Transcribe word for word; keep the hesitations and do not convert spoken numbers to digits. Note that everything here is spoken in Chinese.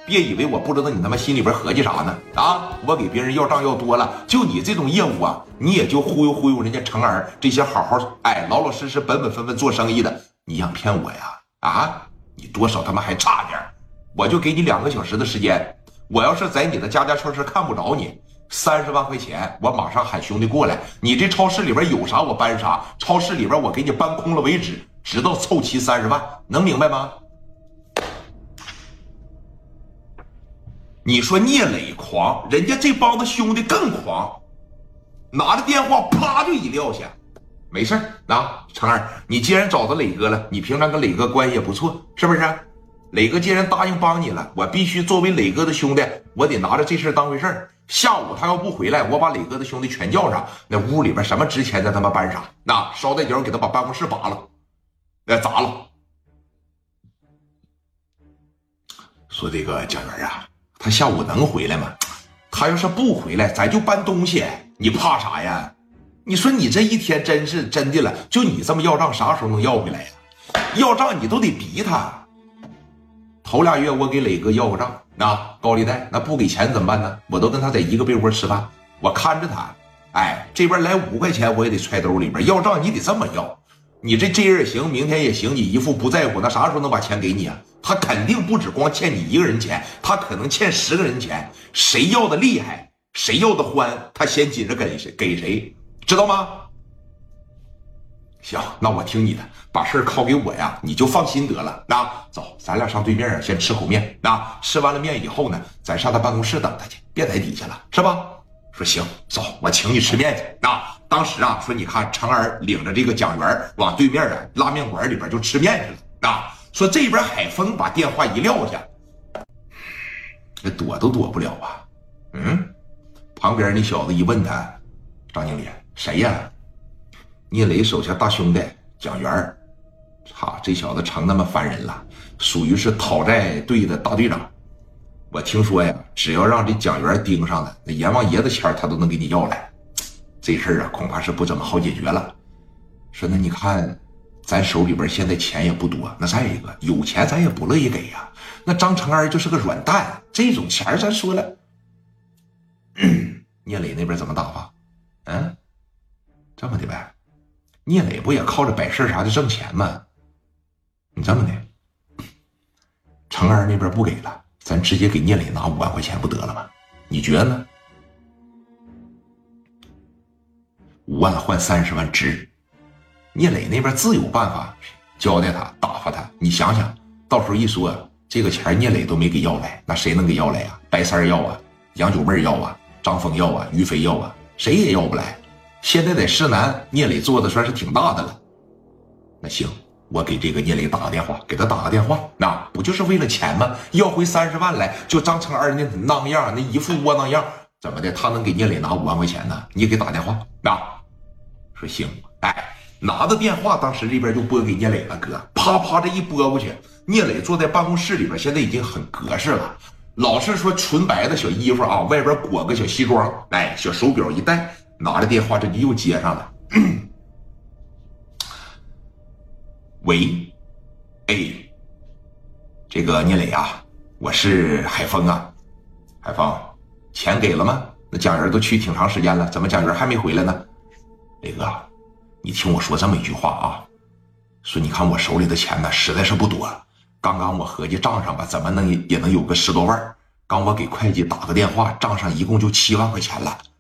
别以为我不知道你他妈心里边合计啥呢啊！我给别人要账要多了，就你这种业务啊，你也就忽悠忽悠人家成儿这些好好哎老老实实本本分分做生意的，你想骗我呀？啊，你多少他妈还差点！我就给你两个小时的时间，我要是在你的家家超市看不着你，三十万块钱，我马上喊兄弟过来，你这超市里边有啥我搬啥，超市里边我给你搬空了为止，直到凑齐三十万，能明白吗？你说聂磊狂，人家这帮子兄弟更狂，拿着电话啪就一撂下。没事啊，成儿，你既然找到磊哥了，你平常跟磊哥关系也不错，是不是？磊哥既然答应帮你了，我必须作为磊哥的兄弟，我得拿着这事当回事儿。下午他要不回来，我把磊哥的兄弟全叫上，那屋里边什么值钱的他妈搬上，那捎带脚给他把办公室拔了，那砸了。说这个蒋元啊，他下午能回来吗？他要是不回来，咱就搬东西，你怕啥呀？你说你这一天真是真的了，就你这么要账，啥时候能要回来呀？要账你都得逼他。头俩月我给磊哥要过账，那高利贷，那不给钱怎么办呢？我都跟他在一个被窝吃饭，我看着他，哎，这边来五块钱我也得揣兜里边，要账你得这么要。你这这日行，明天也行，你一副不在乎，那啥时候能把钱给你啊？他肯定不止光欠你一个人钱，他可能欠十个人钱，谁要的厉害，谁要的欢，他先紧着给谁给谁，知道吗？行，那我听你的，把事儿靠给我呀，你就放心得了。那走，咱俩上对面啊，先吃口面。那吃完了面以后呢，咱上他办公室等他去，别在底下了，是吧？说行，走，我请你吃面去。那当时啊，说你看成儿领着这个蒋元往对面啊拉面馆里边就吃面去了。那说这边海峰把电话一撂下，这躲都躲不了啊。嗯，旁边那小子一问他，张经理谁呀？聂磊手下大兄弟蒋元，操，这小子成他妈烦人了，属于是讨债队的大队长。我听说呀，只要让这蒋元盯上了，那阎王爷的钱他都能给你要来。这事儿啊，恐怕是不怎么好解决了。说那你看，咱手里边现在钱也不多，那再一个有钱咱也不乐意给呀。那张成儿就是个软蛋，这种钱咱说了，嗯、聂磊那边怎么打发？嗯，这么的呗。聂磊不也靠着摆事啥的挣钱吗？你这么的，成儿那边不给了，咱直接给聂磊拿五万块钱不得了吗？你觉得呢？五万换三十万值，聂磊那边自有办法交代他打发他。你想想，到时候一说这个钱聂磊都没给要来，那谁能给要来呀？白三要啊，杨九妹要啊，张峰要啊，于飞要啊，谁也要不来。现在在市南，聂磊做的算是挺大的了。那行，我给这个聂磊打个电话，给他打个电话，那不就是为了钱吗？要回三十万来，就张成二那囊样，那一副窝囊样，怎么的？他能给聂磊拿五万块钱呢？你给打电话，那说行，哎，拿着电话，当时这边就拨给聂磊了，哥，啪啪这一拨过去，聂磊坐在办公室里边，现在已经很格式了。老是说纯白的小衣服啊，外边裹个小西装，哎，小手表一戴。拿着电话这就又接上了，喂，哎，这个聂磊啊，我是海峰啊，海峰，钱给了吗？那蒋元都去挺长时间了，怎么蒋元还没回来呢？磊哥，你听我说这么一句话啊，说你看我手里的钱呢实在是不多，刚刚我合计账上吧，怎么能也能有个十多万，刚我给会计打个电话，账上一共就七万块钱了。